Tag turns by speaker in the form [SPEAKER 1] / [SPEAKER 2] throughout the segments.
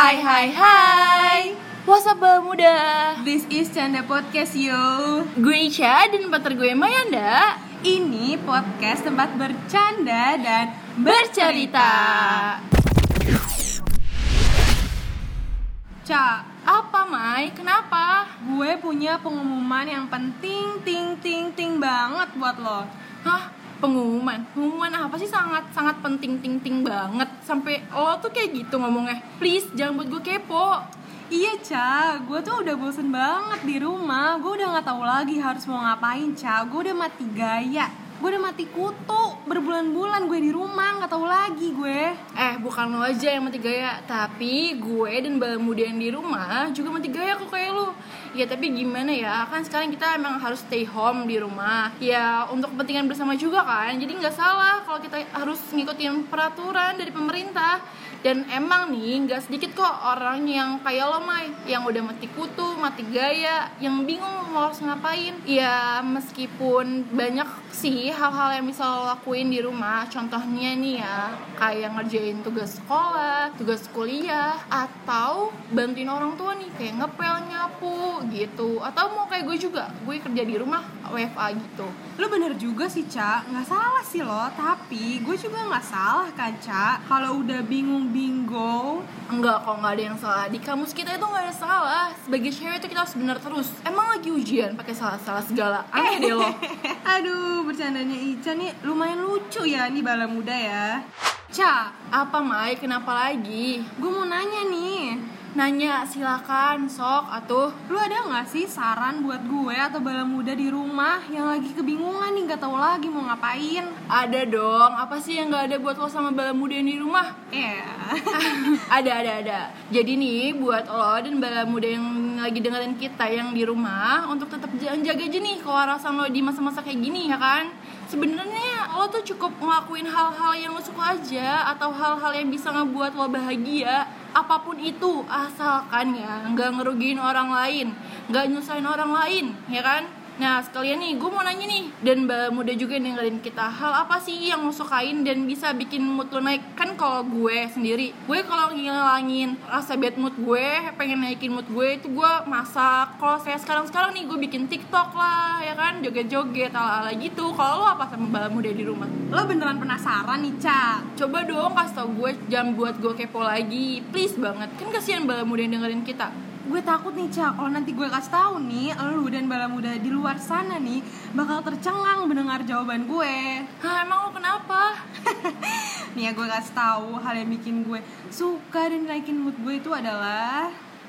[SPEAKER 1] Hai hai hai.
[SPEAKER 2] What's up Bal Muda?
[SPEAKER 1] This is Canda Podcast yo.
[SPEAKER 2] Gue Ica dan partner gue Mayanda.
[SPEAKER 1] Ini podcast tempat bercanda dan
[SPEAKER 2] Bercerita.
[SPEAKER 1] Ca,
[SPEAKER 2] Apa Mai? Kenapa?
[SPEAKER 1] gue punya pengumuman yang penting ting banget buat lo.
[SPEAKER 2] Hah? Pengumuman? Pengumuman apa sih sangat penting banget sampai lo tuh kayak gitu ngomongnya. Please jangan buat gue kepo.
[SPEAKER 1] Iya Ca, gue tuh udah bosen banget di rumah. Gue udah gak tahu lagi harus mau ngapain Ca. Gue udah mati gaya, gue udah mati kutu. Berbulan-bulan gue di rumah, gak tahu lagi gue.
[SPEAKER 2] Bukan lo aja yang mati gaya, tapi gue dan Bal Muda yang di rumah juga mati gaya kok kayak lo. Ya tapi gimana ya, kan sekarang kita emang harus stay home di rumah. Ya untuk kepentingan bersama juga kan. Jadi gak salah kalau kita harus ngikutin peraturan dari pemerintah. Dan emang nih gak sedikit kok orang yang kayak lo Mai, yang udah mati kutu, mati gaya, yang bingung mau harus ngapain. Ya meskipun banyak sih hal-hal yang bisa lo lakuin di rumah. Contohnya nih ya, kayak ngerjain tugas sekolah, tugas kuliah, atau bantuin orang tua nih, kayak ngepel, nyapu gitu. Atau mau kayak gue juga, gue kerja di rumah WFA gitu.
[SPEAKER 1] Lo bener juga sih Ca, gak salah sih lo. Tapi gue juga gak salah kan Ca. Kalau udah bingung
[SPEAKER 2] Enggak kok, gak ada yang salah. Di kamus kita itu gak ada salah. Sebagai cewek itu kita harus benar terus. Emang lagi ujian pakai salah-salah segala. Aneh deh lo.
[SPEAKER 1] Aduh, bercandanya Ica nih lumayan lucu ya nih Bala Muda ya. Ca,
[SPEAKER 2] Apa Mai? Kenapa lagi?
[SPEAKER 1] gue mau nanya nih.
[SPEAKER 2] Nanya, silakan, sok atuh.
[SPEAKER 1] Lu ada gak sih saran buat gue atau Bala Muda di rumah yang lagi kebingungan nih, gak tahu lagi mau ngapain?
[SPEAKER 2] Ada dong. Apa sih yang gak ada buat lo sama Bala Muda yang di rumah? Ada. Jadi nih buat lo dan Bala Muda yang lagi dengerin kita yang di rumah, untuk tetap jaga aja nih kewarasan lo di masa-masa kayak gini ya kan. Sebenarnya lo tuh cukup ngelakuin hal-hal yang lo suka aja, atau hal-hal yang bisa ngebuat lo bahagia. Apapun itu, asalkan ya nggak ngerugiin orang lain, nggak nyusahin orang lain, ya kan? Nah sekalian nih, gue mau nanya nih, dan Bala Muda juga yang dengerin kita, hal apa sih yang lo sukain dan bisa bikin mood lo naik? Kan kalau gue sendiri, gue kalau ngilangin rasa bad mood gue, pengen naikin mood gue, itu gue masak. Kalau saya sekarang nih, gue bikin TikTok lah, ya kan? Joget-joget, ala-ala gitu. Kalau lo apa sama Bala Muda di rumah?
[SPEAKER 1] Lo beneran penasaran nih Ca?
[SPEAKER 2] Coba dong kasih tau gue, jangan buat gue kepo lagi, please banget. Kan kasihan Bala Muda yang dengerin kita.
[SPEAKER 1] Gue takut nih Ca, kalau nanti gue kasih tahu nih, lu dan Bala Muda di luar sana nih bakal tercengang mendengar jawaban gue.
[SPEAKER 2] Hah, emang lo kenapa?
[SPEAKER 1] Nih ya, gue kasih tahu hal yang bikin gue suka dan naikin mood gue itu adalah...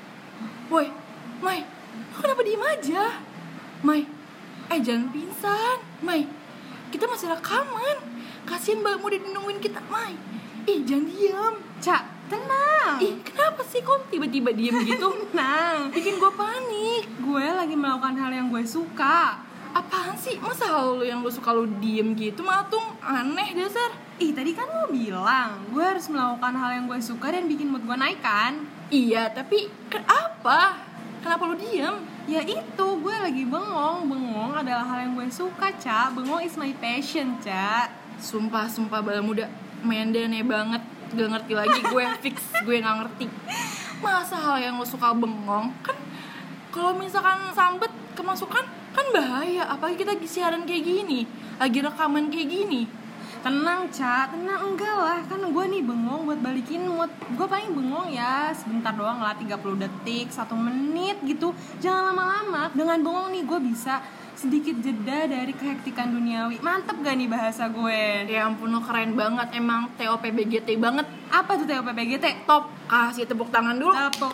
[SPEAKER 2] Woi, Mai, lo kenapa diem aja? Mai, jangan pingsan. Mai, kita masih rekaman. Kasian Bala Muda nungguin kita, Mai. Jangan diam.
[SPEAKER 1] Ca, tenang.
[SPEAKER 2] Kenapa sih kok tiba-tiba diem gitu?
[SPEAKER 1] Tenang.
[SPEAKER 2] Bikin gue panik.
[SPEAKER 1] Gue lagi melakukan hal yang gue suka.
[SPEAKER 2] Apaan sih? Masa hal yang lo suka lo diem gitu? Malah tuh aneh dasar.
[SPEAKER 1] Tadi kan lo bilang gue harus melakukan hal yang gue suka dan bikin mood gue naik kan?
[SPEAKER 2] Iya, tapi apa? Kenapa lo diem?
[SPEAKER 1] Ya itu, gue lagi bengong. Bengong adalah hal yang gue suka, Ca. Bengong is my passion, Ca.
[SPEAKER 2] Sumpah Bala Muda, Menda aneh banget. Gak ngerti lagi, gue fix gue gak ngerti. Masa hal yang lo suka bengong? Kan kalau misalkan sambet kemasukan kan bahaya. Apalagi kita siaran kayak gini, lagi rekaman kayak gini.
[SPEAKER 1] Tenang Ca, tenang. Enggak lah, kan gue nih bengong buat balikin mood. Gue paling bengong ya sebentar doang lah, 30 detik, 1 menit gitu. Jangan lama-lama. Dengan bengong nih gue bisa sedikit jeda dari kehektikan duniawi. Mantep gak nih bahasa gue?
[SPEAKER 2] Ya ampun, lo keren banget. Emang TOPBGT banget.
[SPEAKER 1] Apa tuh TOPBGT?
[SPEAKER 2] Top. Kasih tepuk tangan dulu.
[SPEAKER 1] Tepuk.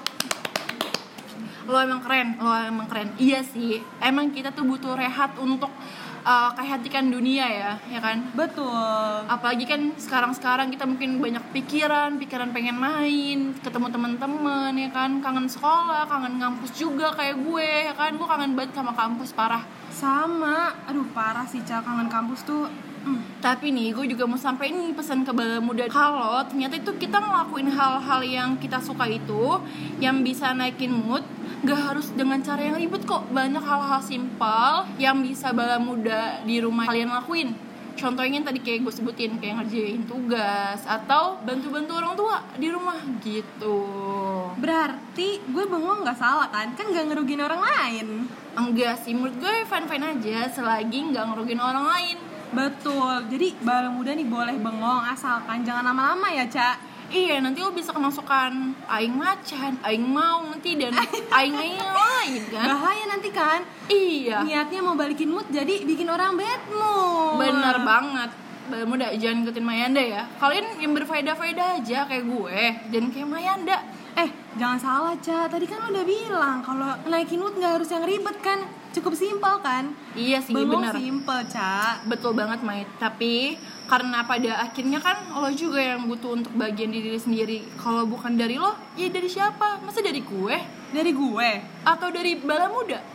[SPEAKER 2] Lo emang keren. Iya sih, emang kita tuh butuh rehat untuk kehatikan dunia ya kan?
[SPEAKER 1] Betul.
[SPEAKER 2] Apalagi kan sekarang kita mungkin banyak pikiran pengen main, ketemu teman-teman ya kan, kangen sekolah, kangen ngampus juga kayak gue ya kan. Gue kangen banget sama kampus, parah.
[SPEAKER 1] Sama, aduh parah sih Ca, kangen kampus tuh.
[SPEAKER 2] Tapi nih gue juga mau sampein nih pesan ke Bala Muda, kalau ternyata itu kita ngelakuin hal-hal yang kita suka itu yang bisa naikin mood, gak harus dengan cara yang ribet kok. Banyak hal-hal simpel yang bisa Bala Muda di rumah kalian lakuin. Contohnya tadi kayak gue sebutin, kayak ngerjain tugas atau bantu-bantu orang tua di rumah gitu.
[SPEAKER 1] Berarti gue bengong gak salah kan? Kan gak ngerugiin orang lain.
[SPEAKER 2] Enggak sih, menurut gue fine-fine aja selagi nggak ngerugiin orang lain.
[SPEAKER 1] Betul, jadi bala muda nih boleh bengong asalkan jangan lama-lama ya, Ca.
[SPEAKER 2] Iya, nanti lo bisa kemasukan aing macan, aing mau nanti dan aing yang lain kan.
[SPEAKER 1] Bahaya nanti kan.
[SPEAKER 2] Iya.
[SPEAKER 1] Niatnya mau balikin mood jadi bikin orang bad mood.
[SPEAKER 2] Bener banget. Muda jangan ikutin Mayanda ya. Kalian yang berfaedah-faedah aja kayak gue, jangan kayak Mayanda.
[SPEAKER 1] Jangan salah, Ca. Tadi kan lo udah bilang kalau naikin mood gak harus yang ribet kan. Cukup simpel kan.
[SPEAKER 2] Iya sih,
[SPEAKER 1] bengong
[SPEAKER 2] bener.
[SPEAKER 1] simpel, Ca.
[SPEAKER 2] Betul banget, Mai. Tapi karena pada akhirnya kan lo juga yang butuh untuk bagian diri sendiri. Kalau bukan dari lo, ya dari siapa? Masa dari gue?
[SPEAKER 1] Dari gue?
[SPEAKER 2] Atau dari bala muda?